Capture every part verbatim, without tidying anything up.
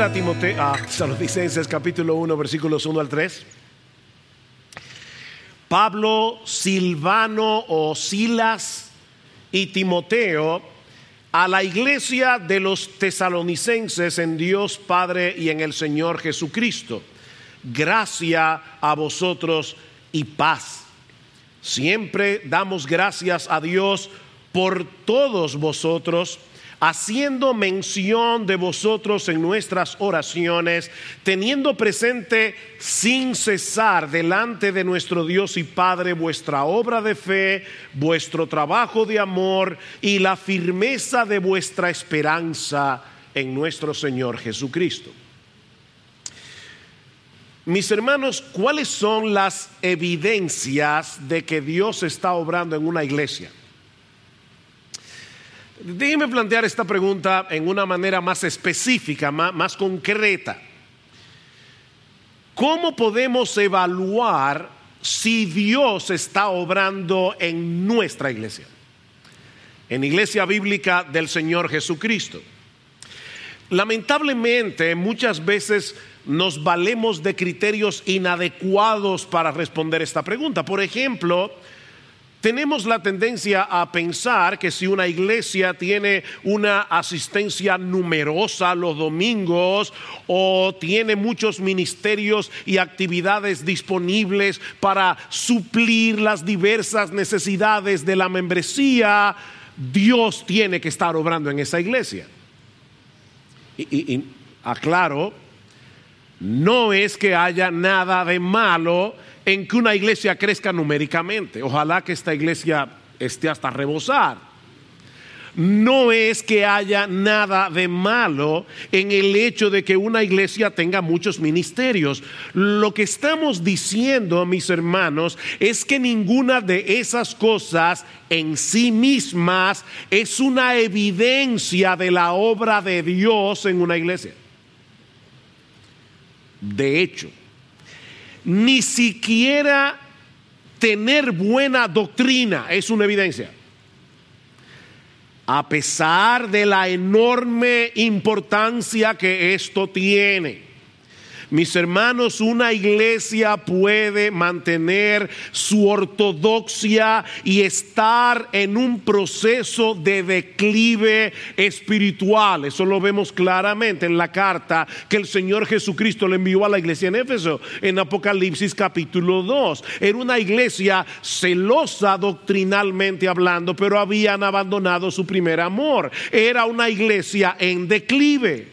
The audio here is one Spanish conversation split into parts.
a Timoteo, a Tesalonicenses capítulo uno, versículos uno al tres. Pablo, Silvano o Silas y Timoteo a la iglesia de los tesalonicenses en Dios Padre y en el Señor Jesucristo. Gracia a vosotros y paz. Siempre damos gracias a Dios por todos vosotros, haciendo mención de vosotros en nuestras oraciones, teniendo presente sin cesar delante de nuestro Dios y Padre vuestra obra de fe, vuestro trabajo de amor y la firmeza de vuestra esperanza en nuestro Señor Jesucristo. Mis hermanos, ¿cuáles son las evidencias de que Dios está obrando en una iglesia? Déjenme plantear esta pregunta en una manera más específica, más, más concreta. ¿Cómo podemos evaluar si Dios está obrando en nuestra iglesia? En Iglesia Bíblica del Señor Jesucristo. Lamentablemente, muchas veces nos valemos de criterios inadecuados para responder esta pregunta. Por ejemplo, tenemos la tendencia a pensar que si una iglesia tiene una asistencia numerosa los domingos o tiene muchos ministerios y actividades disponibles para suplir las diversas necesidades de la membresía, Dios tiene que estar obrando en esa iglesia. Y, y, y aclaro, no es que haya nada de malo en que una iglesia crezca numéricamente. Ojalá que esta iglesia esté hasta rebosar. No es que haya nada de malo en el hecho de que una iglesia tenga muchos ministerios. Lo que estamos diciendo, mis hermanos, es que ninguna de esas cosas en sí mismas es una evidencia de la obra de Dios en una iglesia. De hecho, ni siquiera tener buena doctrina es una evidencia. A pesar de la enorme importancia que esto tiene. Mis hermanos, una iglesia puede mantener su ortodoxia y estar en un proceso de declive espiritual. Eso lo vemos claramente en la carta que el Señor Jesucristo le envió a la iglesia en Éfeso, en Apocalipsis capítulo dos. Era una iglesia celosa doctrinalmente hablando, pero habían abandonado su primer amor. Era una iglesia en declive.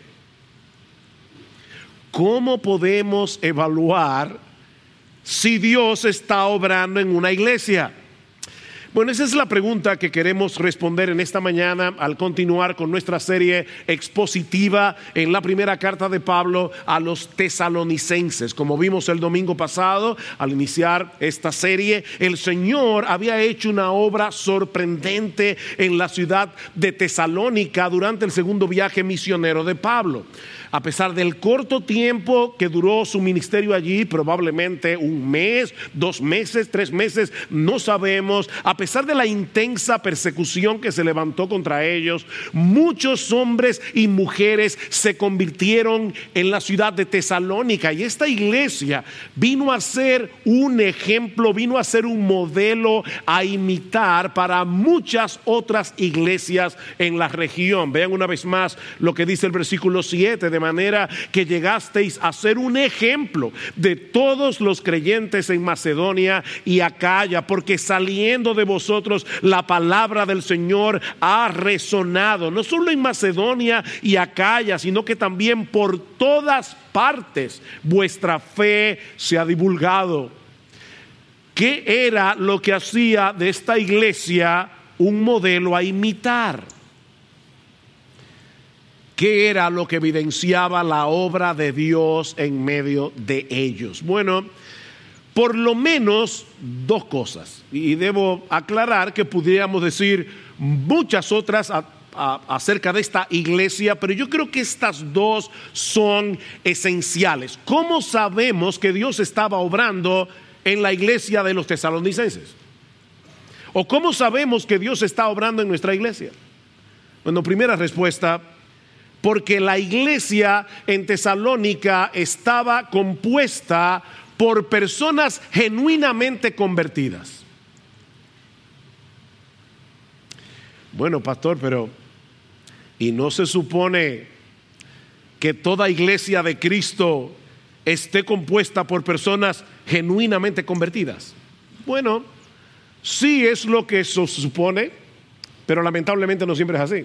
¿Cómo podemos evaluar si Dios está obrando en una iglesia? Bueno, esa es la pregunta que queremos responder en esta mañana al continuar con nuestra serie expositiva en la primera carta de Pablo a los tesalonicenses. Como vimos el domingo pasado, al iniciar esta serie, el Señor había hecho una obra sorprendente en la ciudad de Tesalónica durante el segundo viaje misionero de Pablo. A pesar del corto tiempo que duró su ministerio allí, probablemente un mes, dos meses, tres meses, no sabemos. A pesar de la intensa persecución que se levantó contra ellos, muchos hombres y mujeres se convirtieron en la ciudad de Tesalónica. Y esta iglesia vino a ser un ejemplo, vino a ser un modelo a imitar para muchas otras iglesias en la región. Vean una vez más lo que dice el versículo siete. De manera que llegasteis a ser un ejemplo de todos los creyentes en Macedonia y Acaya, porque saliendo de vosotros la palabra del Señor ha resonado, no solo en Macedonia y Acaya, sino que también por todas partes vuestra fe se ha divulgado. ¿Qué era lo que hacía de esta iglesia un modelo a imitar? ¿Qué era lo que evidenciaba la obra de Dios en medio de ellos? Bueno, por lo menos dos cosas. Y debo aclarar que pudiéramos decir muchas otras a, a, acerca de esta iglesia, pero yo creo que estas dos son esenciales. ¿Cómo sabemos que Dios estaba obrando en la iglesia de los tesalonicenses? ¿O cómo sabemos que Dios está obrando en nuestra iglesia? Bueno, primera respuesta: porque la iglesia en Tesalónica estaba compuesta por personas genuinamente convertidas. Bueno, pastor, pero ¿y no se supone que toda iglesia de Cristo esté compuesta por personas genuinamente convertidas? Bueno, sí es lo que se supone, pero lamentablemente no siempre es así.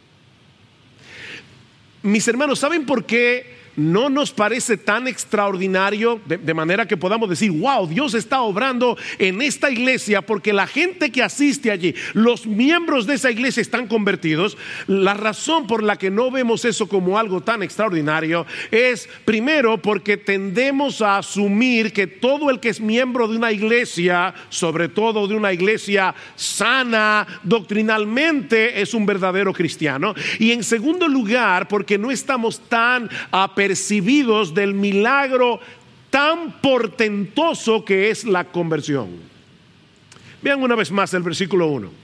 Mis hermanos, ¿saben por qué no nos parece tan extraordinario? De, de manera que podamos decir, wow, Dios está obrando en esta iglesia, porque la gente que asiste allí, los miembros de esa iglesia están convertidos. La razón por la que no vemos eso como algo tan extraordinario es, primero, porque tendemos a asumir que todo el que es miembro de una iglesia, sobre todo de una iglesia sana doctrinalmente, es un verdadero cristiano. Y en segundo lugar, porque no estamos tan apercibidos del milagro tan portentoso que es la conversión. Vean una vez más el versículo uno.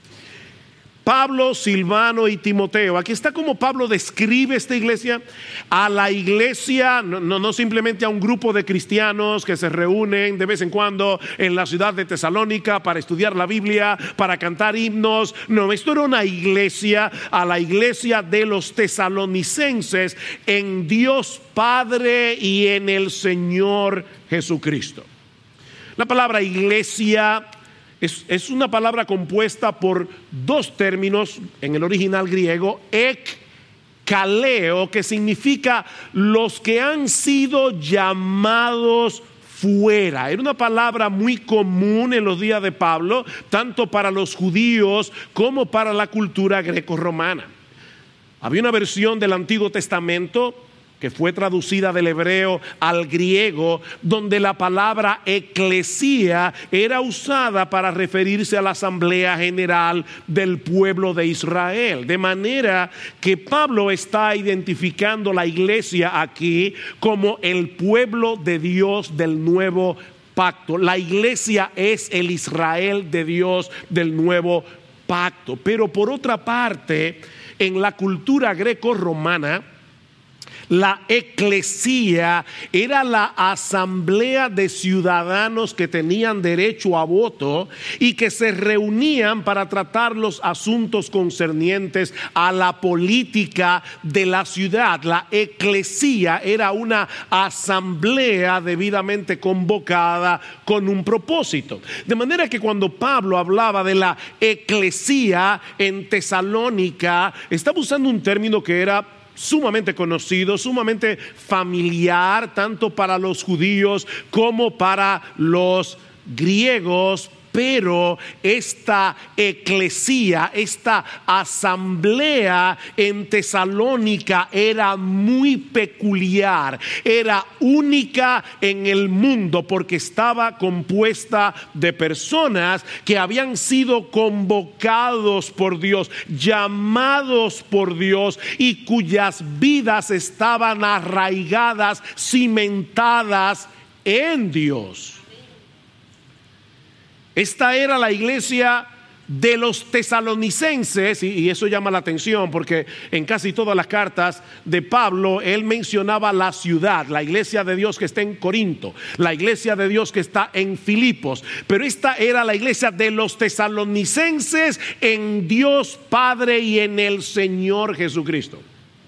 Pablo, Silvano y Timoteo. Aquí está como Pablo describe esta iglesia. A la iglesia, no, no, no simplemente a un grupo de cristianos que se reúnen de vez en cuando en la ciudad de Tesalónica para estudiar la Biblia, para cantar himnos. No, esto era una iglesia, a la iglesia de los tesalonicenses en Dios Padre y en el Señor Jesucristo. La palabra iglesia Es, es una palabra compuesta por dos términos en el original griego, ek, kaleo, que significa los que han sido llamados fuera. Era una palabra muy común en los días de Pablo, tanto para los judíos como para la cultura grecorromana. Había una versión del Antiguo Testamento que fue traducida del hebreo al griego, donde la palabra eclesía era usada para referirse a la asamblea general del pueblo de Israel. De manera que Pablo está identificando la iglesia aquí como el pueblo de Dios del nuevo pacto. La iglesia es el Israel de Dios del nuevo pacto. Pero por otra parte, en la cultura greco-romana, la eclesía era la asamblea de ciudadanos que tenían derecho a voto y que se reunían para tratar los asuntos concernientes a la política de la ciudad. La eclesía era una asamblea debidamente convocada con un propósito. De manera que cuando Pablo hablaba de la eclesía en Tesalónica, estaba usando un término que era sumamente conocido, sumamente familiar, tanto para los judíos como para los griegos. Pero esta eclesía, esta asamblea en Tesalónica era muy peculiar, era única en el mundo, porque estaba compuesta de personas que habían sido convocados por Dios, llamados por Dios, y cuyas vidas estaban arraigadas, cimentadas en Dios. Esta era la iglesia de los tesalonicenses, y, y eso llama la atención porque en casi todas las cartas de Pablo él mencionaba la ciudad, la iglesia de Dios que está en Corinto, la iglesia de Dios que está en Filipos, pero esta era la iglesia de los tesalonicenses en Dios Padre y en el Señor Jesucristo.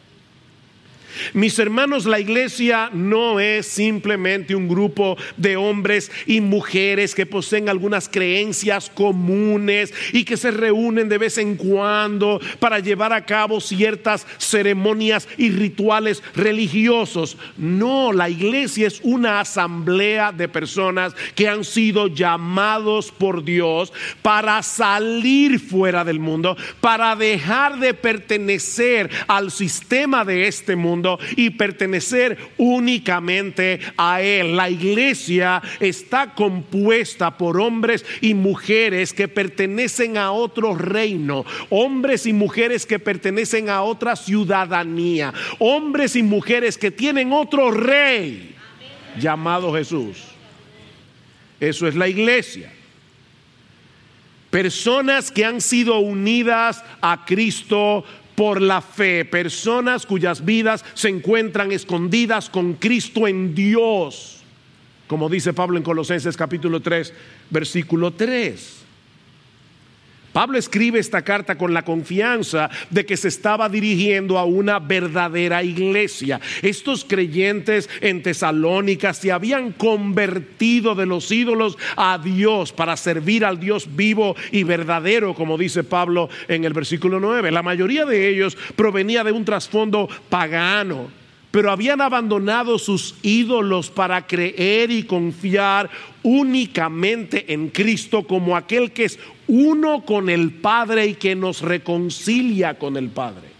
Mis hermanos, la iglesia no es simplemente un grupo de hombres y mujeres que poseen algunas creencias comunes y que se reúnen de vez en cuando para llevar a cabo ciertas ceremonias y rituales religiosos. No, la iglesia es una asamblea de personas que han sido llamados por Dios para salir fuera del mundo, para dejar de pertenecer al sistema de este mundo y pertenecer únicamente a Él. La iglesia está compuesta por hombres y mujeres que pertenecen a otro reino, hombres y mujeres que pertenecen a otra ciudadanía, hombres y mujeres que tienen otro rey llamado Jesús. Eso es la iglesia. Personas que han sido unidas a Cristo por la fe, personas cuyas vidas se encuentran escondidas con Cristo en Dios, como dice Pablo en Colosenses capítulo tres, versículo tres. Pablo escribe esta carta con la confianza de que se estaba dirigiendo a una verdadera iglesia. Estos creyentes en Tesalónica se habían convertido de los ídolos a Dios para servir al Dios vivo y verdadero, como dice Pablo en el versículo nueve. La mayoría de ellos provenía de un trasfondo pagano, pero habían abandonado sus ídolos para creer y confiar únicamente en Cristo como aquel que es uno con el Padre y que nos reconcilia con el Padre.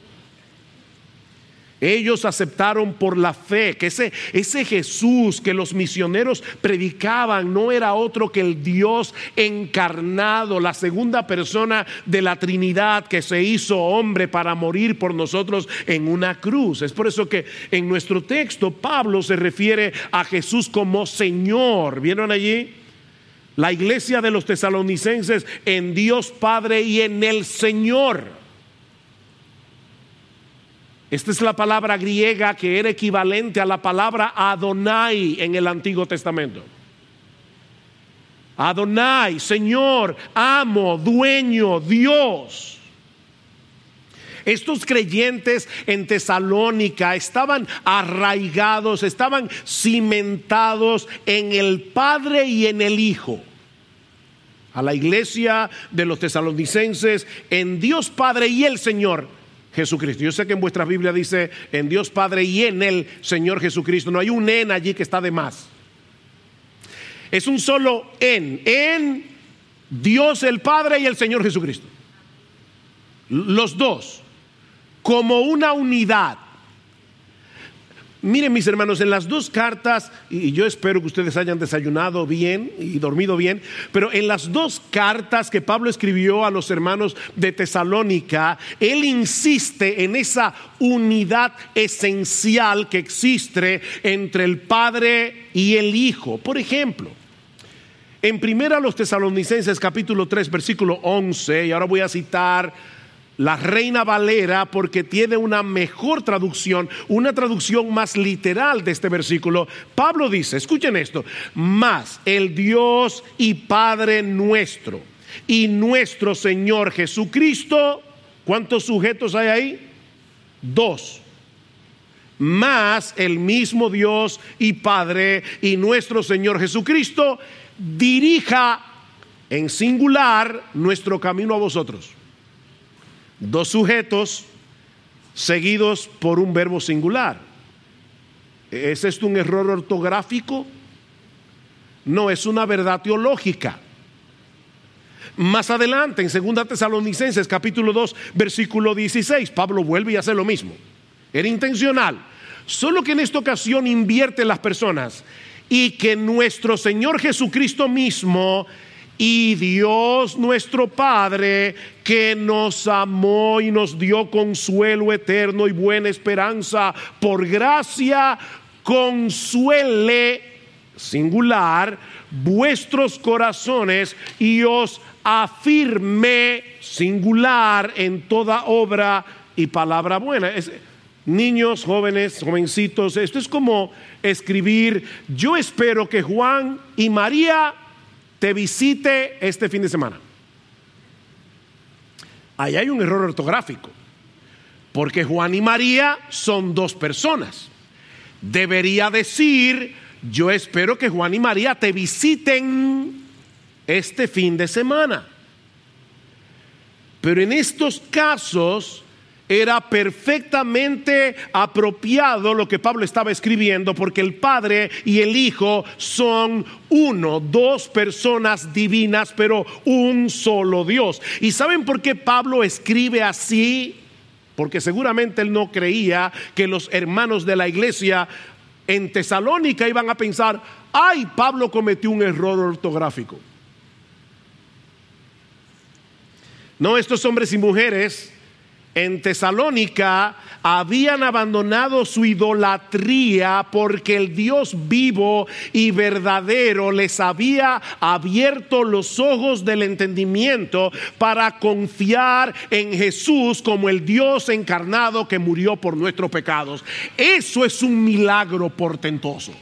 Ellos aceptaron por la fe que ese, ese Jesús que los misioneros predicaban no era otro que el Dios encarnado, la segunda persona de la Trinidad que se hizo hombre para morir por nosotros en una cruz. Es por eso que en nuestro texto Pablo se refiere a Jesús como Señor. ¿Vieron allí? La iglesia de los tesalonicenses en Dios Padre y en el Señor. Esta es la palabra griega que era equivalente a la palabra Adonai en el Antiguo Testamento. Adonai, Señor, amo, dueño, Dios. Estos creyentes en Tesalónica estaban arraigados, estaban cimentados en el Padre y en el Hijo. A la iglesia de los tesalonicenses en Dios Padre y el Señor Jesucristo. Yo sé que en vuestra Biblia dice en Dios Padre y en el Señor Jesucristo. No hay un en allí que está de más. Es un solo en. En Dios el Padre y el Señor Jesucristo. Los dos. Como una unidad. Miren, mis hermanos, en las dos cartas, y yo espero que ustedes hayan desayunado bien y dormido bien, pero en las dos cartas que Pablo escribió a los hermanos de Tesalónica, él insiste en esa unidad esencial que existe entre el Padre y el Hijo. Por ejemplo, en primera los Tesalonicenses capítulo tres versículo once, y ahora voy a citar la Reina Valera porque tiene una mejor traducción, una traducción más literal de este versículo. Pablo dice, escuchen esto: mas el Dios y Padre nuestro y nuestro Señor Jesucristo. ¿Cuántos sujetos hay ahí? Dos. Mas el mismo Dios y Padre y nuestro Señor Jesucristo dirija en singular nuestro camino a vosotros. Dos sujetos seguidos por un verbo singular. ¿Es esto un error ortográfico? No, es una verdad teológica. Más adelante, en segunda Tesalonicenses capítulo dos versículo dieciséis, Pablo vuelve y hace lo mismo. Era intencional, solo que en esta ocasión invierte las personas. Y que nuestro Señor Jesucristo mismo y Dios nuestro Padre, que nos amó y nos dio consuelo eterno y buena esperanza por gracia, consuele, singular, vuestros corazones y os afirme, singular, en toda obra y palabra buena. Es, niños, jóvenes, jovencitos, esto es como escribir: yo espero que Juan y María te visite este fin de semana. Ahí hay un error ortográfico, porque Juan y María son dos personas. Debería decir: yo espero que Juan y María te visiten este fin de semana. Pero en estos casos era perfectamente apropiado lo que Pablo estaba escribiendo, porque el Padre y el Hijo son uno, dos personas divinas, pero un solo Dios. ¿Y saben por qué Pablo escribe así? Porque seguramente él no creía que los hermanos de la iglesia en Tesalónica iban a pensar: ay, Pablo cometió un error ortográfico. No, estos hombres y mujeres En Tesalónica habían abandonado su idolatría porque el Dios vivo y verdadero les había abierto los ojos del entendimiento para confiar en Jesús como el Dios encarnado que murió por nuestros pecados. Eso es un milagro portentoso.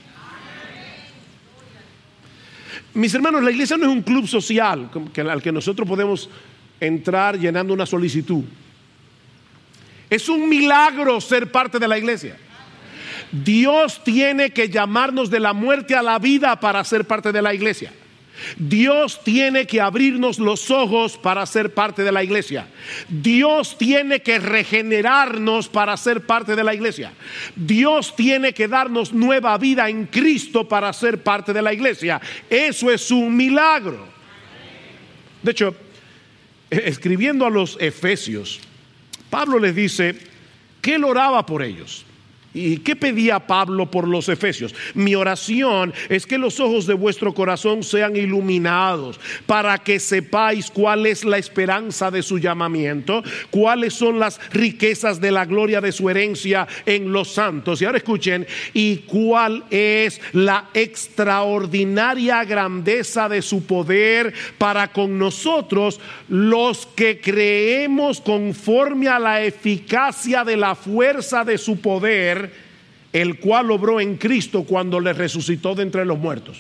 Mis hermanos, la iglesia no es un club social al que nosotros podemos entrar llenando una solicitud. Es un milagro ser parte de la iglesia. Dios tiene que llamarnos de la muerte a la vida para ser parte de la iglesia. Dios tiene que abrirnos los ojos para ser parte de la iglesia. Dios tiene que regenerarnos para ser parte de la iglesia. Dios tiene que darnos nueva vida en Cristo para ser parte de la iglesia. Eso es un milagro. De hecho, escribiendo a los Efesios, Pablo les dice que él oraba por ellos. ¿Y qué pedía Pablo por los efesios? Mi oración es que los ojos de vuestro corazón sean iluminados para que sepáis cuál es la esperanza de su llamamiento, cuáles son las riquezas de la gloria de su herencia en los santos. Y ahora escuchen, y cuál es la extraordinaria grandeza de su poder para con nosotros los que creemos, conforme a la eficacia de la fuerza de su poder, el cual obró en Cristo cuando le resucitó de entre los muertos.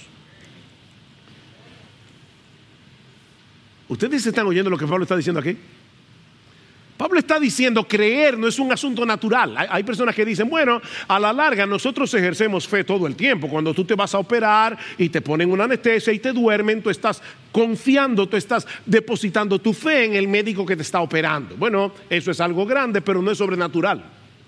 ¿Ustedes están oyendo lo que Pablo está diciendo aquí? Pablo está diciendo creer no es un asunto natural. Hay, hay personas que dicen, bueno, a la larga nosotros ejercemos fe todo el tiempo. Cuando tú te vas a operar y te ponen una anestesia y te duermen, tú estás confiando, tú estás depositando tu fe en el médico que te está operando. Bueno, eso es algo grande, pero no es sobrenatural.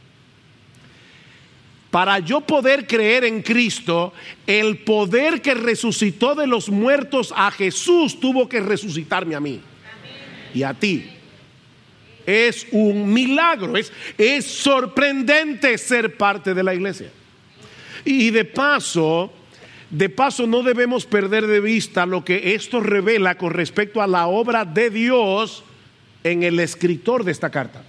Para yo poder creer en Cristo, el poder que resucitó de los muertos a Jesús tuvo que resucitarme a mí. Amén. Y a ti. Es un milagro, es, es sorprendente ser parte de la iglesia. Y de paso, de paso no debemos perder de vista lo que esto revela con respecto a la obra de Dios en el escritor de esta carta.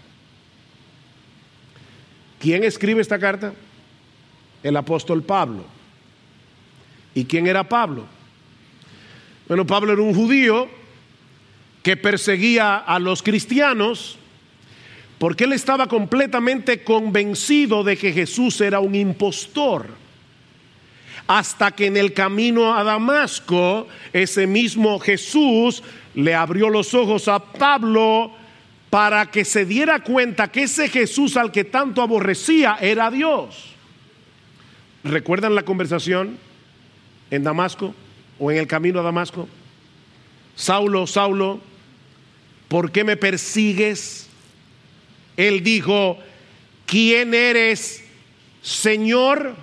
¿Quién escribe esta carta? El apóstol Pablo. ¿Y quién era Pablo? Bueno, Pablo era un judío que perseguía a los cristianos porque él estaba completamente convencido de que Jesús era un impostor. Hasta que en el camino a Damasco, ese mismo Jesús le abrió los ojos a Pablo para que se diera cuenta que ese Jesús al que tanto aborrecía era Dios. ¿Recuerdan la conversación en Damasco o en el camino a Damasco? Saulo, Saulo, ¿por qué me persigues? Él dijo, ¿quién eres, Señor?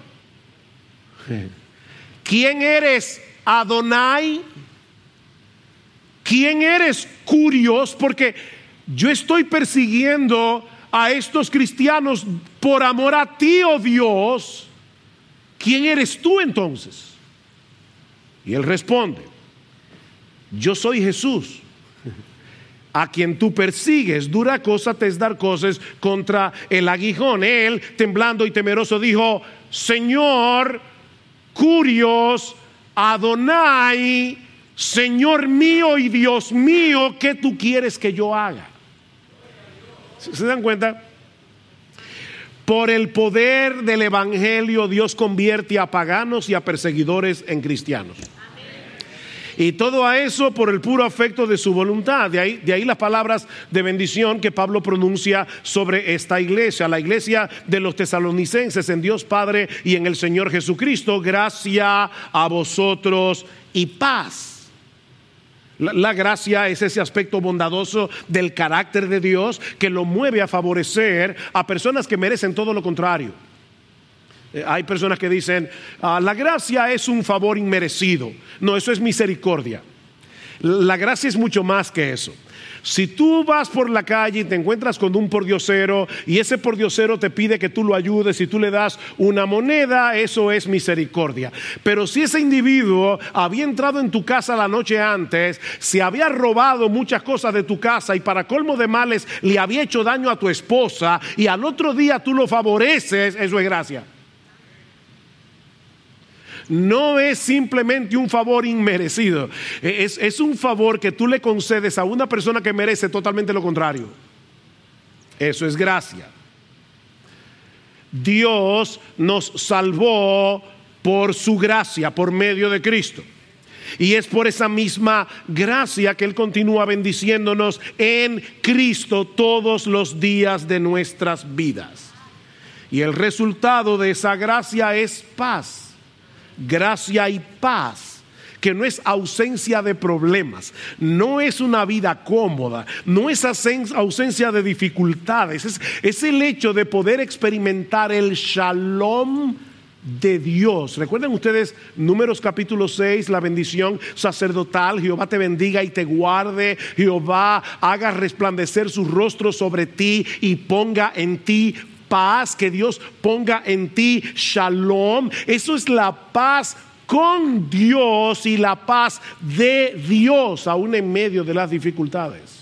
¿Quién eres, Adonai? ¿Quién eres, Curios? Porque yo estoy persiguiendo a estos cristianos por amor a ti, oh Dios. ¿Quién eres tú entonces? Y él responde, yo soy Jesús, a quien tú persigues. Dura cosa te es dar cosas contra el aguijón. Él, temblando y temeroso, dijo, Señor, Curios, Adonai, Señor mío y Dios mío, ¿qué tú quieres que yo haga? ¿Se dan cuenta? Por el poder del evangelio, Dios convierte a paganos y a perseguidores en cristianos. Y todo a eso por el puro afecto de su voluntad. De ahí, de ahí las palabras de bendición que Pablo pronuncia sobre esta iglesia, la iglesia de los tesalonicenses, en Dios Padre y en el Señor Jesucristo. Gracia a vosotros y paz. La, la gracia es ese aspecto bondadoso del carácter de Dios que lo mueve a favorecer a personas que merecen todo lo contrario. Eh, hay personas que dicen, ah, la gracia es un favor inmerecido. No, eso es misericordia. La gracia es mucho más que eso. Si tú vas por la calle y te encuentras con un pordiosero y ese pordiosero te pide que tú lo ayudes y tú le das una moneda, eso es misericordia. Pero si ese individuo había entrado en tu casa la noche antes, se había robado muchas cosas de tu casa y para colmo de males le había hecho daño a tu esposa y al otro día tú lo favoreces, eso es gracia. No es simplemente un favor inmerecido, es, es un favor que tú le concedes a una persona que merece totalmente lo contrario. Eso es gracia. Dios nos salvó por su gracia, por medio de Cristo. Y es por esa misma gracia que Él continúa bendiciéndonos en Cristo todos los días de nuestras vidas. Y el resultado de esa gracia es paz. Gracia y paz, que no es ausencia de problemas, no es una vida cómoda, no es ausencia de dificultades, es, es el hecho de poder experimentar el shalom de Dios. Recuerden ustedes Números capítulo seis, la bendición sacerdotal: Jehová te bendiga y te guarde, Jehová haga resplandecer su rostro sobre ti y ponga en ti paz, que Dios ponga en ti shalom. Eso es la paz con Dios y la paz de Dios aún en medio de las dificultades.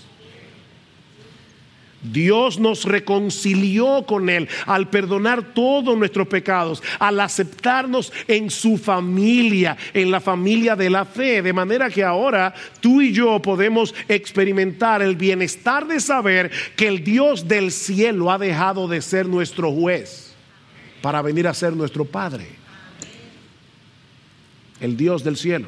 Dios nos reconcilió con Él al perdonar todos nuestros pecados, al aceptarnos en su familia, en la familia de la fe, de manera que ahora tú y yo podemos experimentar el bienestar de saber que el Dios del cielo ha dejado de ser nuestro juez para venir a ser nuestro Padre. El Dios del cielo.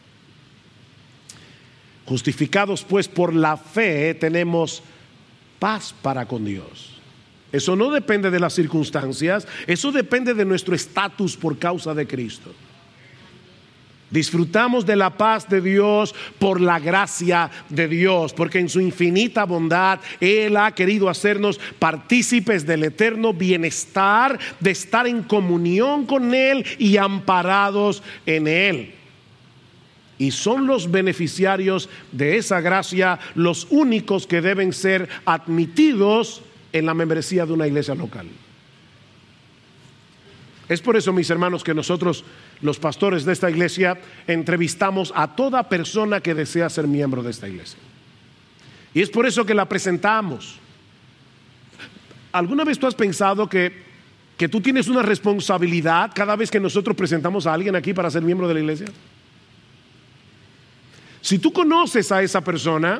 Justificados pues por la fe, tenemos paz para con Dios. Eso no depende de las circunstancias, eso depende de nuestro estatus por causa de Cristo. Disfrutamos de la paz de Dios por la gracia de Dios, porque en su infinita bondad Él ha querido hacernos partícipes del eterno bienestar de estar en comunión con Él y amparados en Él. Y son los beneficiarios de esa gracia los únicos que deben ser admitidos en la membresía de una iglesia local. Es por eso, mis hermanos, que nosotros, los pastores de esta iglesia, entrevistamos a toda persona que desea ser miembro de esta iglesia. Y es por eso que la presentamos. ¿Alguna vez tú has pensado que, que tú tienes una responsabilidad cada vez que nosotros presentamos a alguien aquí para ser miembro de la iglesia? Si tú conoces a esa persona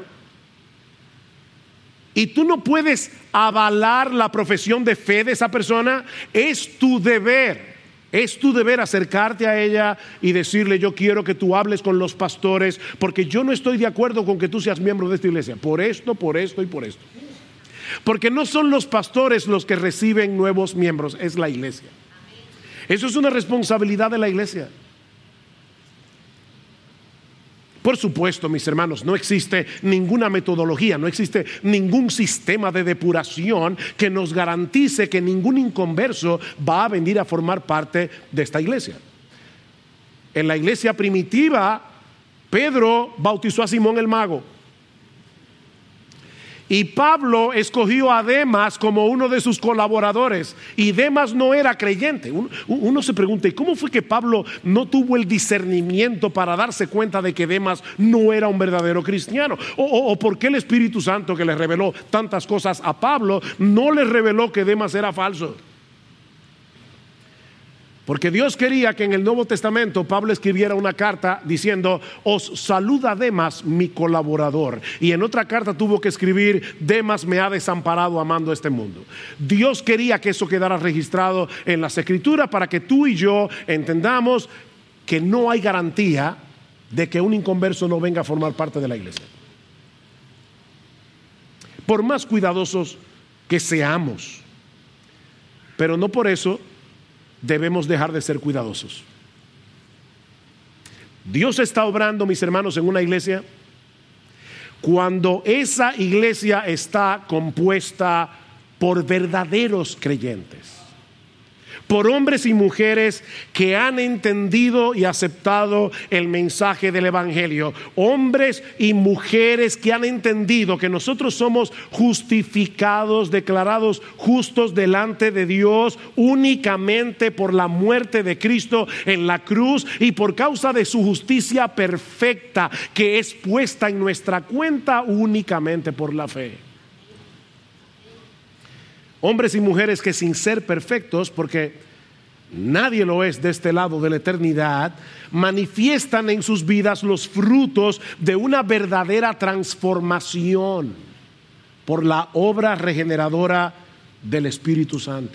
y tú no puedes avalar la profesión de fe de esa persona, es tu deber, es tu deber acercarte a ella y decirle: yo quiero que tú hables con los pastores, porque yo no estoy de acuerdo con que tú seas miembro de esta iglesia, por esto, por esto y por esto. Porque no son los pastores los que reciben nuevos miembros, es la iglesia. Eso es una responsabilidad de la iglesia. Por supuesto, mis hermanos, no existe ninguna metodología, no existe ningún sistema de depuración que nos garantice que ningún inconverso va a venir a formar parte de esta iglesia. En la iglesia primitiva, Pedro bautizó a Simón el mago. Y Pablo escogió a Demas como uno de sus colaboradores. Y Demas no era creyente. Uno, uno se pregunta: ¿y cómo fue que Pablo no tuvo el discernimiento para darse cuenta de que Demas no era un verdadero cristiano? O, o, o por qué el Espíritu Santo, que le reveló tantas cosas a Pablo, no le reveló que Demas era falso? Porque Dios quería que en el Nuevo Testamento Pablo escribiera una carta diciendo: os saluda Demas, mi colaborador. Y en otra carta tuvo que escribir: Demas me ha desamparado amando este mundo. Dios quería que eso quedara registrado en las Escrituras para que tú y yo entendamos que no hay garantía de que un inconverso no venga a formar parte de la iglesia. Por más cuidadosos que seamos, pero no por eso debemos dejar de ser cuidadosos. Dios está obrando, mis hermanos, en una iglesia cuando esa iglesia está compuesta por verdaderos creyentes, por hombres y mujeres que han entendido y aceptado el mensaje del Evangelio. Hombres y mujeres que han entendido que nosotros somos justificados, declarados justos delante de Dios únicamente por la muerte de Cristo en la cruz y por causa de su justicia perfecta que es puesta en nuestra cuenta únicamente por la fe. Hombres y mujeres que sin ser perfectos, porque nadie lo es de este lado de la eternidad, manifiestan en sus vidas los frutos de una verdadera transformación por la obra regeneradora del Espíritu Santo.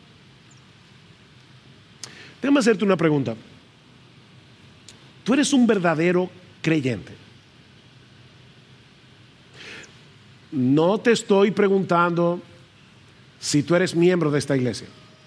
Déjame hacerte una pregunta. ¿Tú eres un verdadero creyente? No te estoy preguntando si tú eres miembro de esta iglesia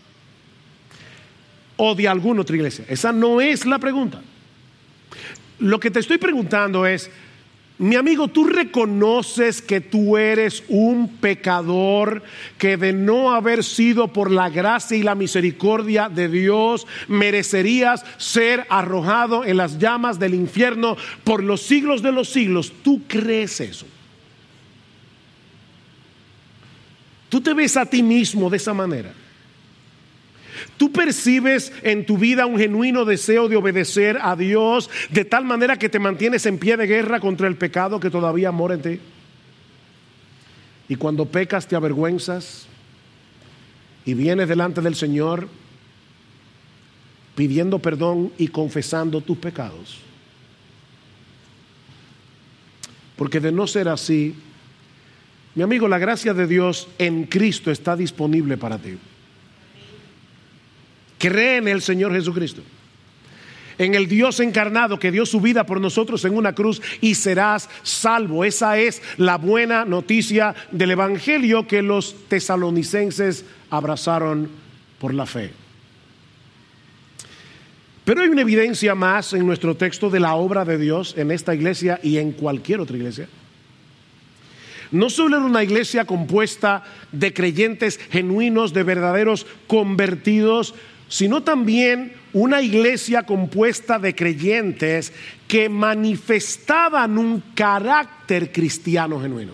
o de alguna otra iglesia. Esa no es la pregunta. Lo que te estoy preguntando es, mi amigo, ¿tú reconoces que tú eres un pecador, que de no haber sido por la gracia y la misericordia de Dios merecerías ser arrojado en las llamas del infierno por los siglos de los siglos? ¿Tú crees eso? ¿Tú te ves a ti mismo de esa manera? ¿Tú percibes en tu vida un genuino deseo de obedecer a Dios de tal manera que te mantienes en pie de guerra contra el pecado que todavía mora en ti? Y cuando pecas te avergüenzas y vienes delante del Señor pidiendo perdón y confesando tus pecados. Porque de no ser así, mi amigo, la gracia de Dios en Cristo está disponible para ti. Cree en el Señor Jesucristo, en el Dios encarnado que dio su vida por nosotros en una cruz y serás salvo. Esa es la buena noticia del Evangelio que los tesalonicenses abrazaron por la fe. Pero hay una evidencia más en nuestro texto de la obra de Dios en esta iglesia y en cualquier otra iglesia. No solo era una iglesia compuesta de creyentes genuinos, de verdaderos convertidos, sino también una iglesia compuesta de creyentes que manifestaban un carácter cristiano genuino.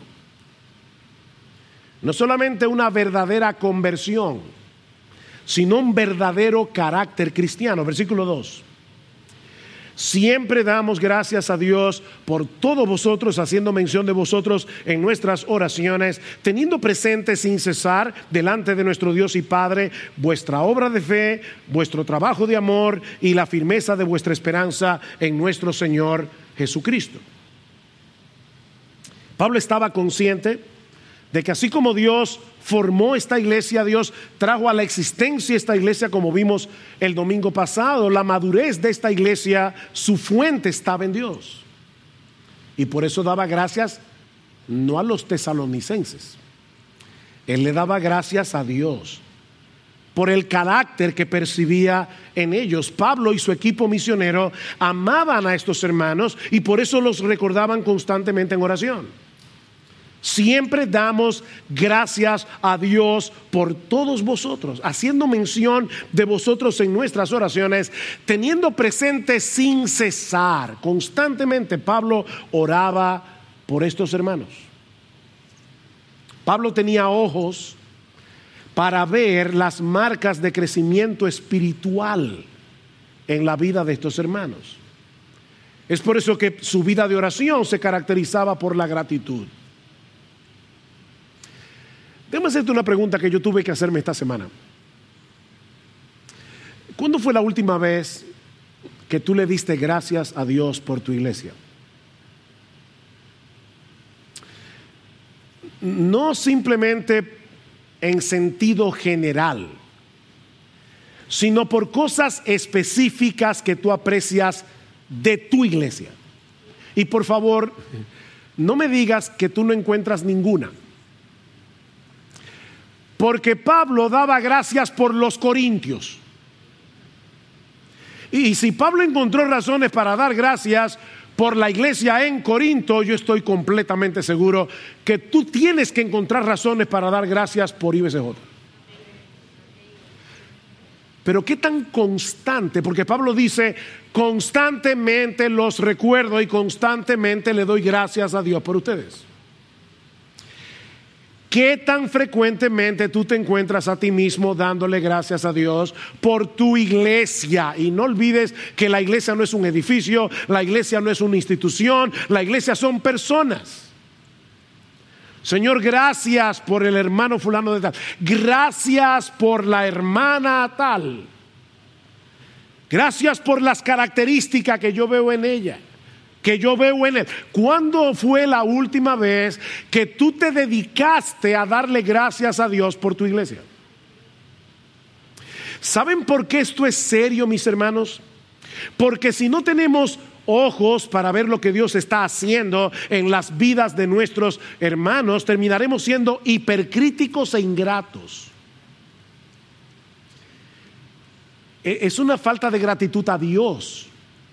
No solamente una verdadera conversión, sino un verdadero carácter cristiano. Versículo dos. Siempre damos gracias a Dios por todos vosotros, haciendo mención de vosotros en nuestras oraciones, teniendo presente sin cesar delante de nuestro Dios y Padre vuestra obra de fe, vuestro trabajo de amor y la firmeza de vuestra esperanza en nuestro Señor Jesucristo. Pablo estaba consciente de que así como Dios formó esta iglesia, Dios trajo a la existencia esta iglesia, como vimos el domingo pasado. La madurez de esta iglesia, su fuente estaba en Dios. Y por eso daba gracias no a los tesalonicenses. Él le daba gracias a Dios por el carácter que percibía en ellos. Pablo y su equipo misionero amaban a estos hermanos y por eso los recordaban constantemente en oración. Siempre damos gracias a Dios por todos vosotros, haciendo mención de vosotros en nuestras oraciones, teniendo presente sin cesar. Constantemente Pablo oraba por estos hermanos. Pablo tenía ojos para ver las marcas de crecimiento espiritual en la vida de estos hermanos. Es por eso que su vida de oración se caracterizaba por la gratitud. Déjame hacerte una pregunta que yo tuve que hacerme esta semana. ¿Cuándo fue la última vez que tú le diste gracias a Dios por tu iglesia? No simplemente en sentido general, sino por cosas específicas que tú aprecias de tu iglesia. Y por favor, no me digas que tú no encuentras ninguna. Porque Pablo daba gracias por los corintios. Y si Pablo encontró razones para dar gracias por la iglesia en Corinto, yo estoy completamente seguro que tú tienes que encontrar razones para dar gracias por I B C J. Pero qué tan constante, porque Pablo dice, constantemente los recuerdo y constantemente le doy gracias a Dios por ustedes. ¿Qué tan frecuentemente tú te encuentras a ti mismo dándole gracias a Dios por tu iglesia? Y no olvides que la iglesia no es un edificio, la iglesia no es una institución, la iglesia son personas. Señor, gracias por el hermano fulano de tal. Gracias por la hermana tal. Gracias por las características que yo veo en ella, que yo veo en él. ¿Cuándo fue la última vez que tú te dedicaste a darle gracias a Dios por tu iglesia? ¿Saben por qué esto es serio, mis hermanos? Porque si no tenemos ojos para ver lo que Dios está haciendo en las vidas de nuestros hermanos, terminaremos siendo hipercríticos e ingratos. Es una falta de gratitud a Dios,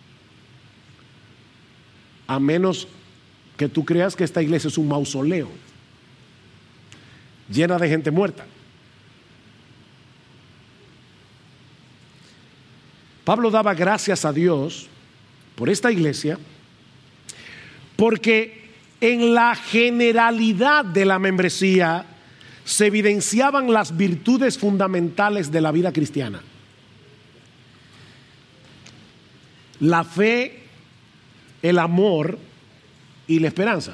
a menos que tú creas que esta iglesia es un mausoleo llena de gente muerta. Pablo daba gracias a Dios por esta iglesia, porque en la generalidad de la membresía se evidenciaban las virtudes fundamentales de la vida cristiana: la fe, el amor y la esperanza.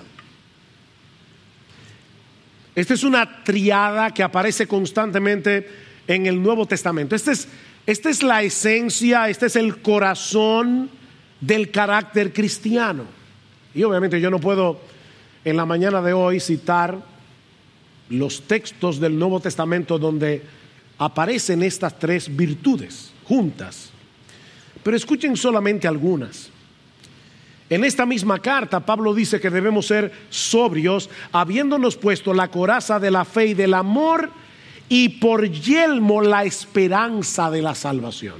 Esta es una triada que aparece constantemente en el Nuevo Testamento. Esta es, esta es la esencia, este es el corazón del carácter cristiano. Y obviamente yo no puedo en la mañana de hoy citar los textos del Nuevo Testamento donde aparecen estas tres virtudes juntas, pero escuchen solamente algunas. En esta misma carta Pablo dice que debemos ser sobrios, habiéndonos puesto la coraza de la fe y del amor, y por yelmo la esperanza de la salvación.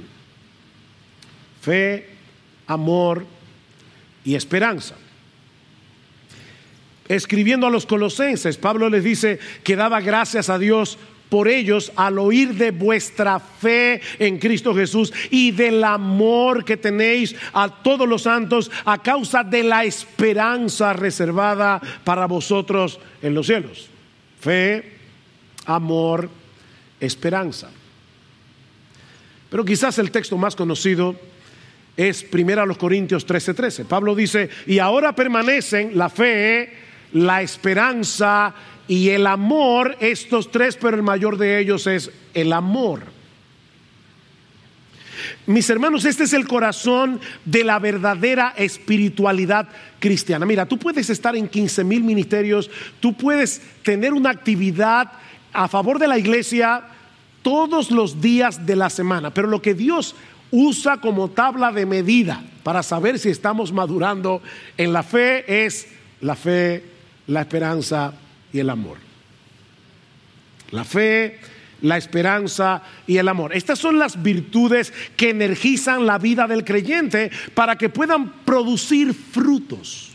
Fe, amor y esperanza. Escribiendo a los colosenses, Pablo les dice que daba gracias a Dios por ellos al oír de vuestra fe en Cristo Jesús y del amor que tenéis a todos los santos a causa de la esperanza reservada para vosotros en los cielos. Fe, amor, esperanza. Pero quizás el texto más conocido es primero Corintios trece trece. Pablo dice, y ahora permanecen la fe, la esperanza y el amor, estos tres, pero el mayor de ellos es el amor. Mis hermanos, este es el corazón de la verdadera espiritualidad cristiana. Mira, tú puedes estar en quince mil ministerios, tú puedes tener una actividad a favor de la iglesia todos los días de la semana, pero lo que Dios usa como tabla de medida para saber si estamos madurando en la fe es la fe, la esperanza y el amor. La fe, la esperanza y el amor. Estas son las virtudes que energizan la vida del creyente para que puedan producir frutos.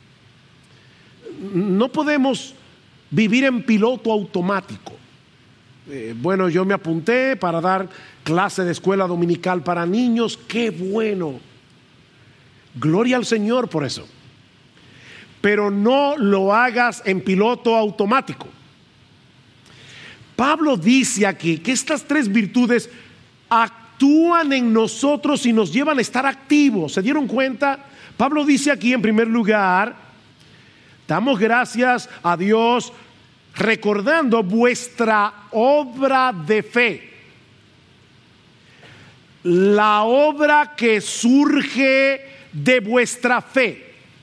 No podemos vivir en piloto automático. Eh, bueno, yo me apunté para dar clase de escuela dominical para niños. ¡Qué bueno! Gloria al Señor por eso. Pero no lo hagas en piloto automático. Pablo dice aquí que estas tres virtudes actúan en nosotros y nos llevan a estar activos. ¿Se dieron cuenta? Pablo dice aquí en primer lugar, damos gracias a Dios recordando vuestra obra de fe. La obra que surge de vuestra fe.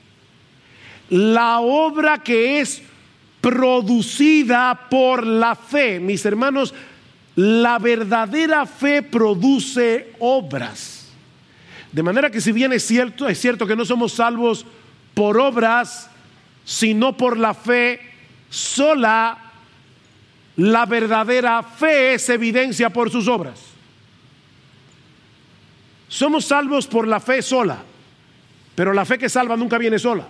La obra que es producida por la fe. Mis hermanos, la verdadera fe produce obras. De manera que si bien es cierto, es cierto que no somos salvos por obras, sino por la fe sola, la verdadera fe se evidencia por sus obras. Somos salvos por la fe sola, pero la fe que salva nunca viene sola.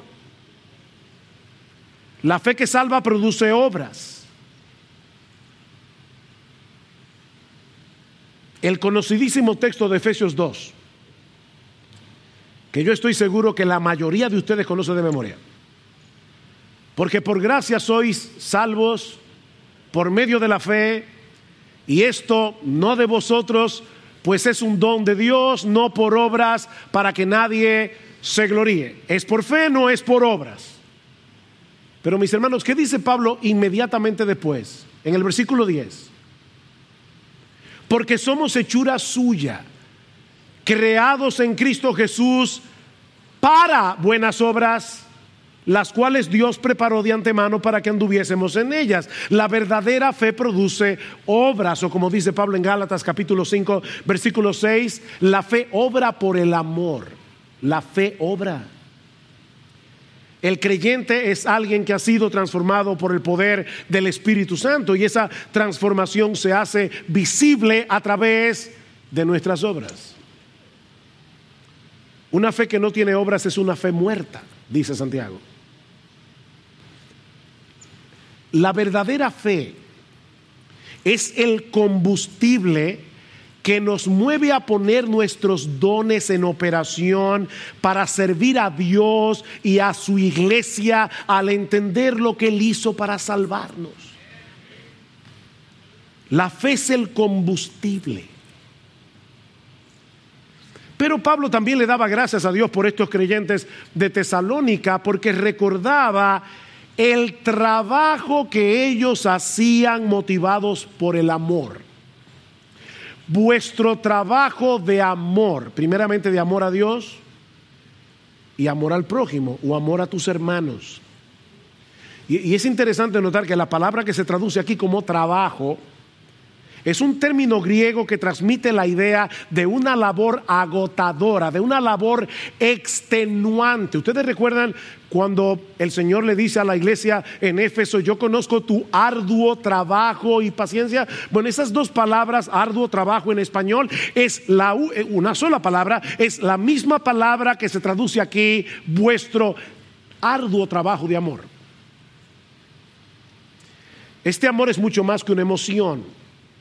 La fe que salva produce obras. el conocidísimo texto de Efesios dos, que yo estoy seguro que la mayoría de ustedes conocen de memoria. Porque por gracia sois salvos por medio de la fe, y esto no de vosotros, pues es un don de Dios, no por obras, para que nadie se gloríe. Es por fe, no es por obras. Pero mis hermanos, ¿qué dice Pablo inmediatamente después? En el versículo diez. Porque somos hechura suya, creados en Cristo Jesús para buenas obras, las cuales Dios preparó de antemano para que anduviésemos en ellas. La verdadera fe produce obras, o como dice Pablo en Gálatas capítulo cinco, versículo seis, la fe obra por el amor. La fe obra. El creyente es alguien que ha sido transformado por el poder del Espíritu Santo, y esa transformación se hace visible a través de nuestras obras. Una fe que no tiene obras es una fe muerta, dice Santiago. La verdadera fe es el combustible que nos mueve a poner nuestros dones en operación para servir a Dios y a su iglesia al entender lo que Él hizo para salvarnos. La fe es el combustible. Pero Pablo también le daba gracias a Dios por estos creyentes de Tesalónica, porque recordaba el trabajo que ellos hacían motivados por el amor. Vuestro trabajo de amor, primeramente de amor a Dios y amor al prójimo, o amor a tus hermanos. Y, y es interesante notar que la palabra que se traduce aquí como trabajo es un término griego que transmite la idea de una labor agotadora, de una labor extenuante. Ustedes recuerdan cuando el Señor le dice a la iglesia en Éfeso: yo conozco tu arduo trabajo y paciencia. Bueno, esas dos palabras, arduo trabajo en español, es la, una sola palabra, es la misma palabra que se traduce aquí, vuestro arduo trabajo de amor. Este amor es mucho más que una emoción.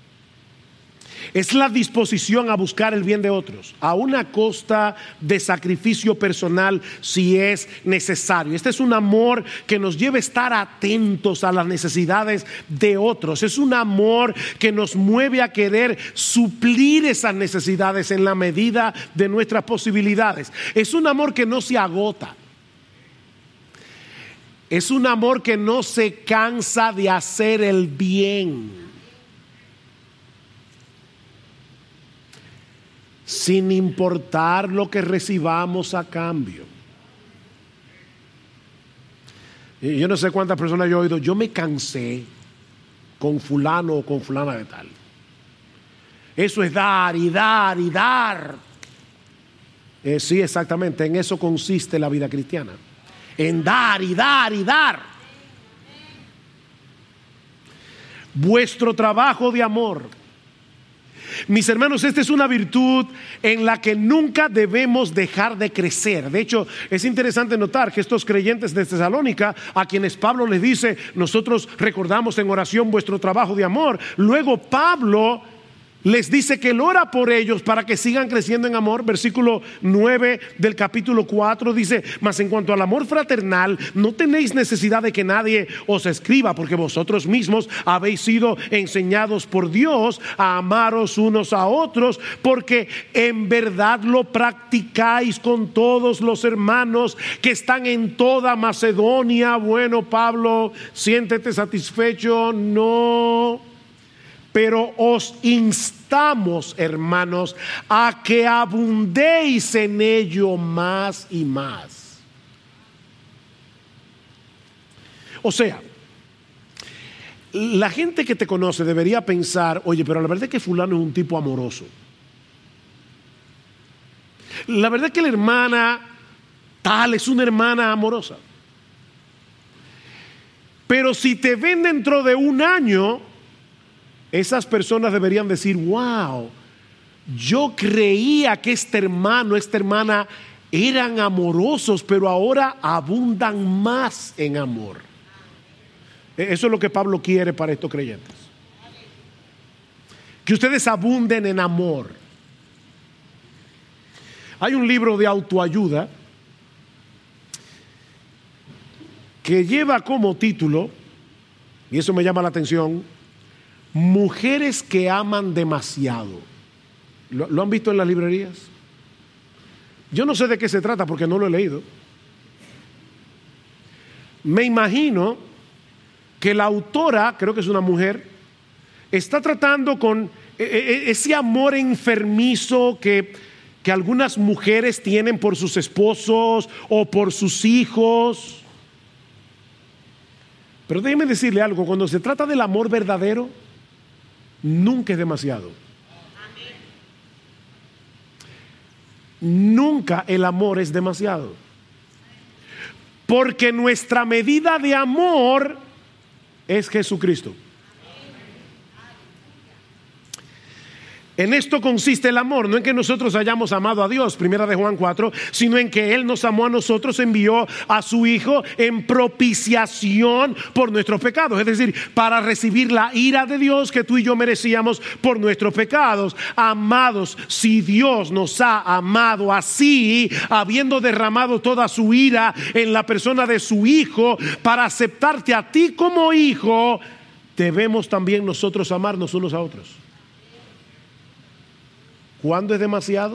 Es la disposición a buscar el bien de otros, a una costa de sacrificio personal si es necesario. Este es un amor que nos lleva a estar atentos a las necesidades de otros. Es un amor que nos mueve a querer suplir esas necesidades en la medida de nuestras posibilidades. Es un amor que no se agota. Es un amor que no se cansa de hacer el bien, sin importar lo que recibamos a cambio. Yo no sé cuántas personas yo he oído: yo me cansé con fulano o con fulana de tal. Eso es dar y dar y dar. Eh, sí, exactamente, en eso consiste la vida cristiana, en dar y dar y dar. Vuestro trabajo de amor. Mis hermanos, esta es una virtud en la que nunca debemos dejar de crecer. De hecho, es interesante notar que estos creyentes de Tesalónica, a quienes Pablo les dice: nosotros recordamos en oración vuestro trabajo de amor, luego Pablo les dice que él ora por ellos para que sigan creciendo en amor. Versículo nueve del capítulo cuatro dice: mas en cuanto al amor fraternal, no tenéis necesidad de que nadie os escriba, porque vosotros mismos habéis sido enseñados por Dios a amaros unos a otros, porque en verdad lo practicáis con todos los hermanos que están en toda Macedonia. Bueno, Pablo, siéntete satisfecho. No. Pero os instamos, hermanos, a que abundéis en ello más y más. O sea, la gente que te conoce debería pensar: oye, pero la verdad es que fulano es un tipo amoroso. La verdad es que la hermana tal es una hermana amorosa. Pero si te ven dentro de un año, esas personas deberían decir: wow, yo creía que este hermano, esta hermana eran amorosos, pero ahora abundan más en amor. Eso es lo que Pablo quiere para estos creyentes. que ustedes abunden en amor. Hay un libro de autoayuda que lleva como título, y eso me llama la atención, Mujeres que aman demasiado. ¿Lo, lo han visto en las librerías? Yo no sé de qué se trata porque no lo he leído. Me imagino que la autora, creo que es una mujer, está tratando con ese amor enfermizo que, que algunas mujeres tienen por sus esposos o por sus hijos. Pero déjeme decirle algo, cuando se trata del amor verdadero, nunca es demasiado. Nunca el amor es demasiado. Porque nuestra medida de amor es Jesucristo. En esto consiste el amor, no en que nosotros hayamos amado a Dios, primera de Juan cuatro, sino en que Él nos amó a nosotros, envió a su Hijo en propiciación por nuestros pecados, es decir, para recibir la ira de Dios que tú y yo merecíamos por nuestros pecados. Amados, si Dios nos ha amado así, habiendo derramado toda su ira en la persona de su Hijo, para aceptarte a ti como hijo, debemos también nosotros amarnos unos a otros. ¿Cuándo es demasiado?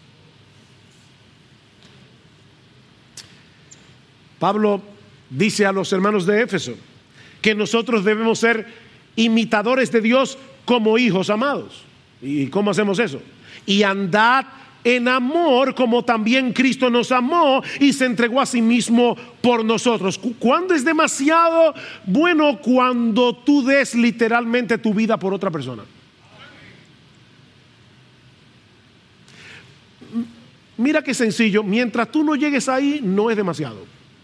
Pablo dice a los hermanos de Éfeso que nosotros debemos ser imitadores de Dios como hijos amados. ¿Y cómo hacemos eso? Y andad en amor como también Cristo nos amó y se entregó a sí mismo por nosotros. ¿Cuándo es demasiado? Bueno, cuando tú des literalmente tu vida por otra persona. Mira qué sencillo, mientras tú no llegues ahí, no es demasiado.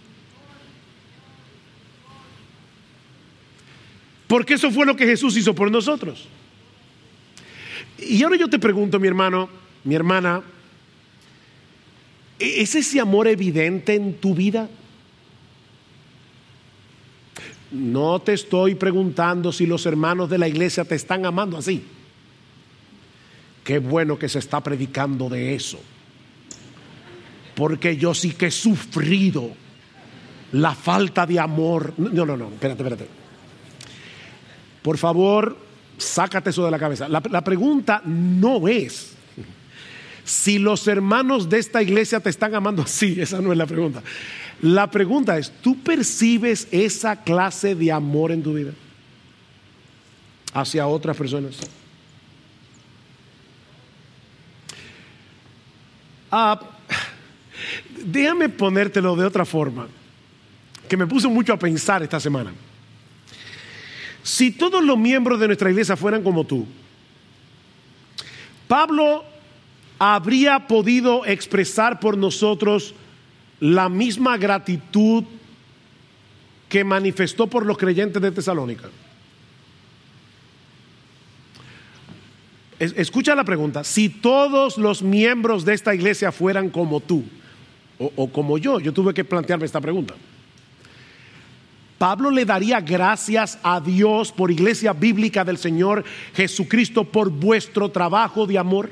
Porque eso fue lo que Jesús hizo por nosotros. Y ahora yo te pregunto, mi hermano, mi hermana, ¿es ese amor evidente en tu vida? No te estoy preguntando si los hermanos de la iglesia te están amando así. Qué bueno que se está predicando de eso. Porque yo sí que he sufrido la falta de amor. No, no, no, espérate, espérate. Por favor, sácate eso de la cabeza. La, la pregunta no es si los hermanos de esta iglesia te están amando así. Esa no es la pregunta. La pregunta es, ¿tú percibes esa clase de amor en tu vida hacia otras personas? Ah, déjame ponértelo de otra forma, que me puso mucho a pensar esta semana. Si todos los miembros de nuestra iglesia fueran como tú, Pablo habría podido expresar por nosotros la misma gratitud que manifestó por los creyentes de Tesalónica. Escucha la pregunta: si todos los miembros de esta iglesia fueran como tú o, o como yo, yo tuve que plantearme esta pregunta. Pablo le daría gracias a Dios por Iglesia Bíblica del Señor Jesucristo por vuestro trabajo de amor.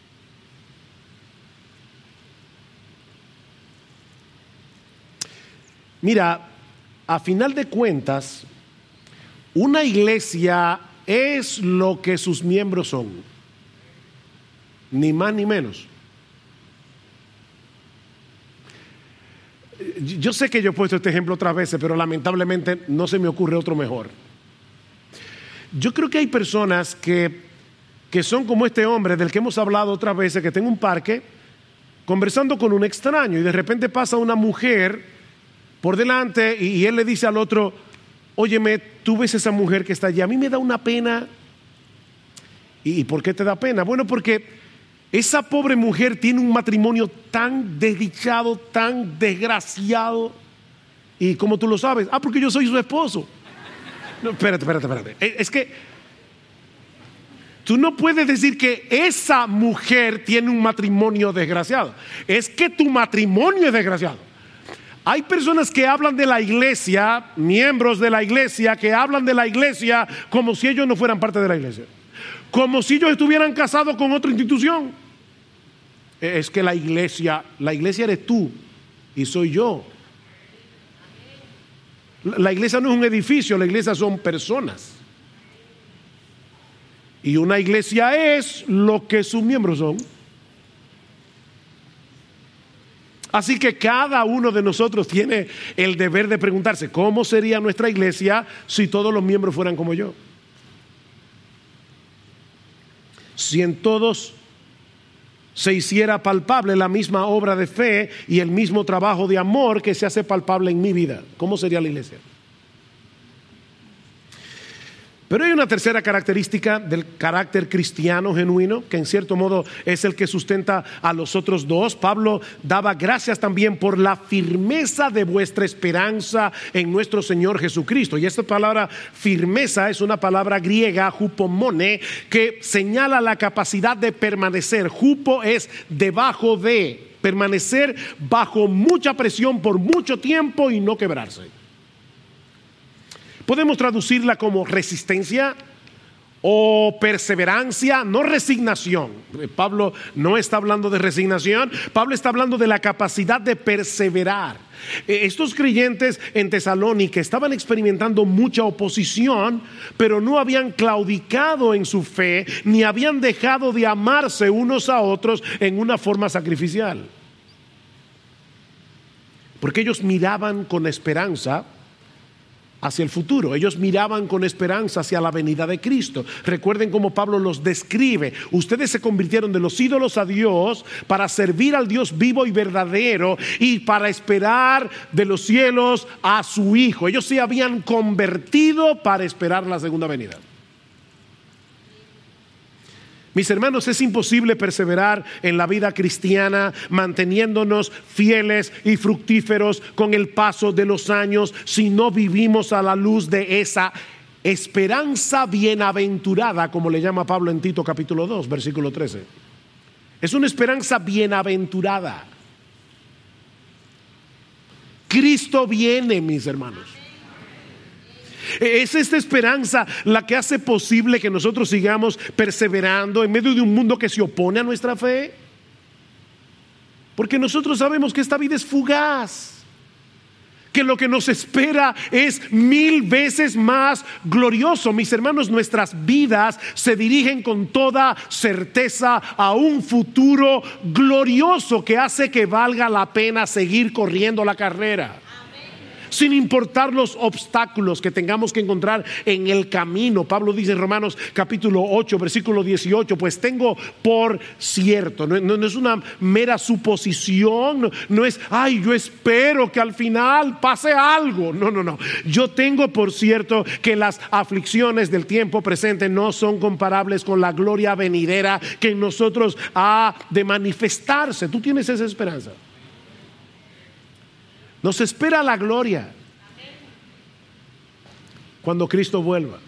Mira, a final de cuentas, una iglesia es lo que sus miembros son, ni más ni menos. Yo sé que yo he puesto este ejemplo otras veces, pero lamentablemente no se me ocurre otro mejor. Yo creo que hay personas que, que son como este hombre del que hemos hablado otras veces, que está en un parque conversando con un extraño y de repente pasa una mujer por delante y, y él le dice al otro: óyeme, tú ves esa mujer que está allí, a mí me da una pena. ¿Y por qué te da pena? Bueno, porque esa pobre mujer tiene un matrimonio tan desdichado, tan desgraciado. ¿Y cómo tú lo sabes? Ah, porque yo soy su esposo. No, espérate, espérate, espérate. Es que tú no puedes decir que esa mujer tiene un matrimonio desgraciado. Es que tu matrimonio es desgraciado. Hay personas que hablan de la iglesia, miembros de la iglesia, que hablan de la iglesia como si ellos no fueran parte de la iglesia. como si ellos estuvieran casados con otra institución. Es que la iglesia, la iglesia eres tú y soy yo. La iglesia no es un edificio, la iglesia son personas. Y una iglesia es lo que sus miembros son. Así que cada uno de nosotros tiene el deber de preguntarse, ¿cómo sería nuestra iglesia si todos los miembros fueran como yo? Si en todos se hiciera palpable la misma obra de fe y el mismo trabajo de amor que se hace palpable en mi vida, ¿cómo sería la iglesia? Pero hay una tercera característica del carácter cristiano genuino, que en cierto modo es el que sustenta a los otros dos. Pablo daba gracias también por la firmeza de vuestra esperanza en nuestro Señor Jesucristo. Y esta palabra firmeza es una palabra griega, hupomone, que señala la capacidad de permanecer. Hupo es debajo de, permanecer bajo mucha presión por mucho tiempo y no quebrarse. Podemos traducirla como resistencia o perseverancia, no resignación. Pablo no está hablando de resignación, Pablo está hablando de la capacidad de perseverar. Estos creyentes en Tesalónica estaban experimentando mucha oposición, pero no habían claudicado en su fe, ni habían dejado de amarse unos a otros en una forma sacrificial. Porque ellos miraban con esperanza hacia el futuro, ellos miraban con esperanza hacia la venida de Cristo. Recuerden cómo Pablo los describe: ustedes se convirtieron de los ídolos a Dios para servir al Dios vivo y verdadero y para esperar de los cielos a su Hijo. Ellos se habían convertido para esperar la segunda venida. Mis hermanos, es imposible perseverar en la vida cristiana manteniéndonos fieles y fructíferos con el paso de los años si no vivimos a la luz de esa esperanza bienaventurada, como le llama Pablo en Tito capítulo dos, versículo trece. Es una esperanza bienaventurada. Cristo viene, mis hermanos. Es esta esperanza la que hace posible que nosotros sigamos perseverando en medio de un mundo que se opone a nuestra fe. Porque nosotros sabemos que esta vida es fugaz, que lo que nos espera es mil veces más glorioso. Mis hermanos, nuestras vidas se dirigen con toda certeza a un futuro glorioso que hace que valga la pena seguir corriendo la carrera, sin importar los obstáculos que tengamos que encontrar en el camino. Pablo dice en Romanos capítulo ocho, versículo dieciocho, pues tengo por cierto, no, no, no es una mera suposición, no, no es, ay, yo espero que al final pase algo. No, no, no. Yo tengo por cierto que las aflicciones del tiempo presente no son comparables con la gloria venidera que en nosotros ha de manifestarse. ¿Tú tienes esa esperanza? Nos espera la gloria cuando Cristo vuelva.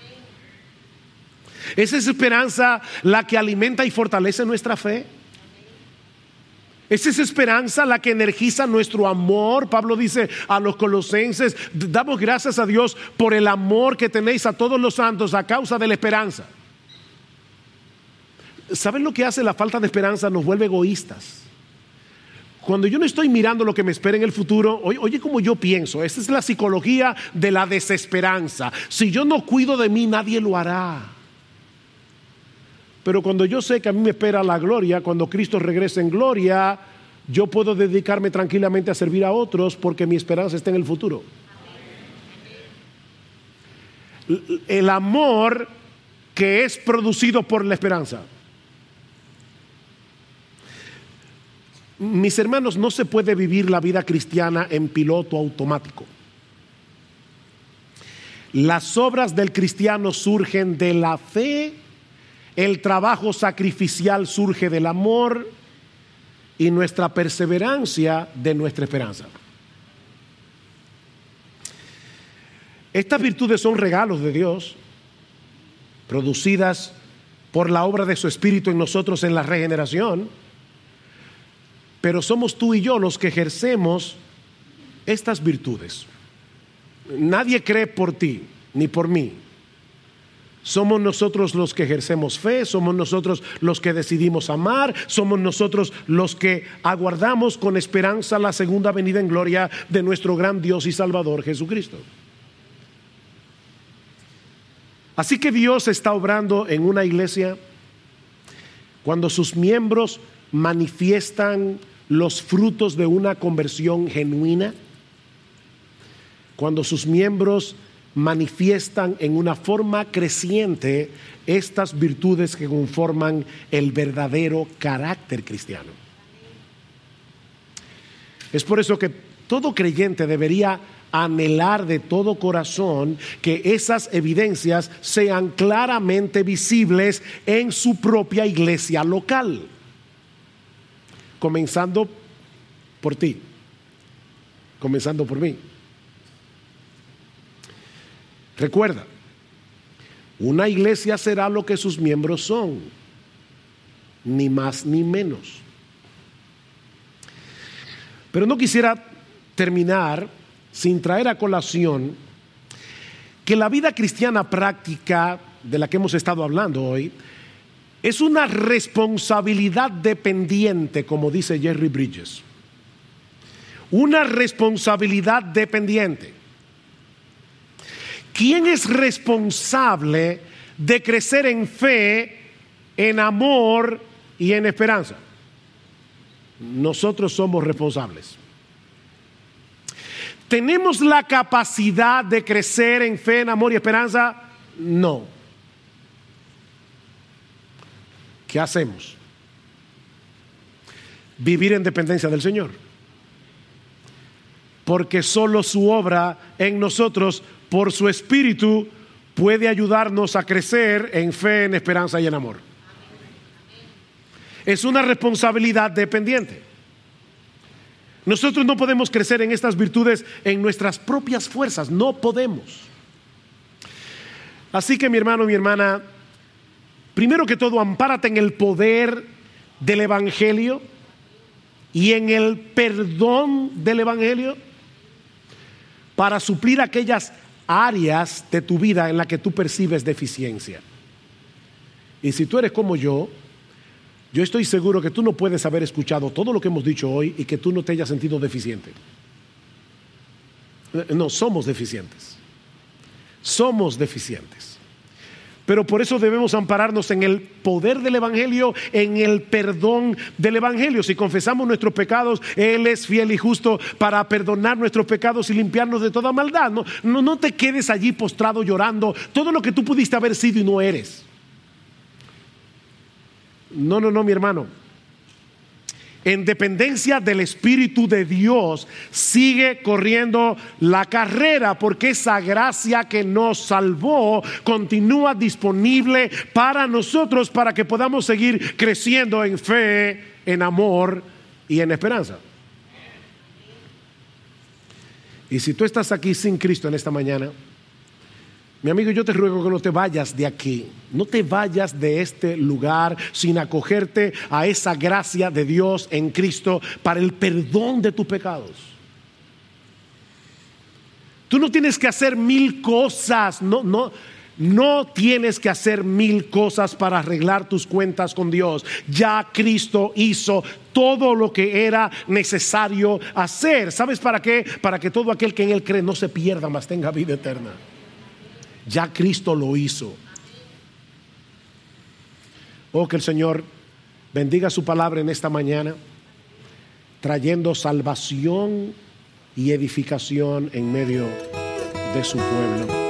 ¿Es esa esperanza la que alimenta y fortalece nuestra fe? ¿Es esa esperanza la que energiza nuestro amor? Pablo dice a los colosenses: damos gracias a Dios por el amor que tenéis a todos los santos a causa de la esperanza. ¿Saben lo que hace la falta de esperanza? Nos vuelve egoístas. Cuando yo no estoy mirando lo que me espera en el futuro, oye, oye cómo yo pienso. Esta es la psicología de la desesperanza. Si yo no cuido de mí, nadie lo hará. Pero cuando yo sé que a mí me espera la gloria, cuando Cristo regrese en gloria, yo puedo dedicarme tranquilamente a servir a otros porque mi esperanza está en el futuro. El amor que es producido por la esperanza. Mis hermanos, no se puede vivir la vida cristiana en piloto automático. Las obras del cristiano surgen de la fe, el trabajo sacrificial surge del amor y nuestra perseverancia de nuestra esperanza. Estas virtudes son regalos de Dios, producidas por la obra de su Espíritu en nosotros en la regeneración. Pero somos tú y yo los que ejercemos estas virtudes. Nadie cree por ti ni por mí. Somos nosotros los que ejercemos fe, somos nosotros los que decidimos amar, somos nosotros los que aguardamos con esperanza la segunda venida en gloria de nuestro gran Dios y Salvador Jesucristo. Así que Dios está obrando en una iglesia cuando sus miembros manifiestan los frutos de una conversión genuina, cuando sus miembros manifiestan en una forma creciente estas virtudes que conforman el verdadero carácter cristiano. Es por eso que todo creyente debería anhelar de todo corazón que esas evidencias sean claramente visibles en su propia iglesia local, comenzando por ti, comenzando por mí. Recuerda, una iglesia será lo que sus miembros son, ni más ni menos. Pero no quisiera terminar sin traer a colación que la vida cristiana práctica de la que hemos estado hablando hoy es una responsabilidad dependiente, como dice Jerry Bridges. Una responsabilidad dependiente. ¿Quién es responsable de crecer en fe, en amor y en esperanza? Nosotros somos responsables. ¿Tenemos la capacidad de crecer en fe, en amor y esperanza? No. ¿Qué hacemos? Vivir en dependencia del Señor. Porque solo su obra en nosotros, por su Espíritu, puede ayudarnos a crecer en fe, en esperanza y en amor. Es una responsabilidad dependiente. Nosotros no podemos crecer en estas virtudes en nuestras propias fuerzas, no podemos. Así que mi hermano, mi hermana, primero que todo, ampárate en el poder del Evangelio y en el perdón del Evangelio para suplir aquellas áreas de tu vida en las que tú percibes deficiencia. Y si tú eres como yo, yo estoy seguro que tú no puedes haber escuchado todo lo que hemos dicho hoy y que tú no te hayas sentido deficiente. No, somos deficientes. Somos deficientes. Pero por eso debemos ampararnos en el poder del Evangelio, en el perdón del Evangelio. Si confesamos nuestros pecados, Él es fiel y justo para perdonar nuestros pecados y limpiarnos de toda maldad. No, no, no te quedes allí postrado llorando todo lo que tú pudiste haber sido y no eres. No, no, no, mi hermano. En dependencia del Espíritu de Dios, sigue corriendo la carrera, porque esa gracia que nos salvó continúa disponible para nosotros, para que podamos seguir creciendo en fe, en amor y en esperanza. Y si tú estás aquí sin Cristo en esta mañana, mi amigo, yo te ruego que no te vayas de aquí, no te vayas de este lugar sin acogerte a esa gracia de Dios en Cristo para el perdón de tus pecados. Tú no tienes que hacer mil cosas, no, no, no tienes que hacer mil cosas para arreglar tus cuentas con Dios. Ya Cristo hizo todo lo que era necesario hacer. ¿Sabes para qué? Para que todo aquel que en Él cree no se pierda, mas tenga vida eterna. Ya Cristo lo hizo. Oh, que el Señor bendiga su palabra en esta mañana, trayendo salvación y edificación en medio de su pueblo.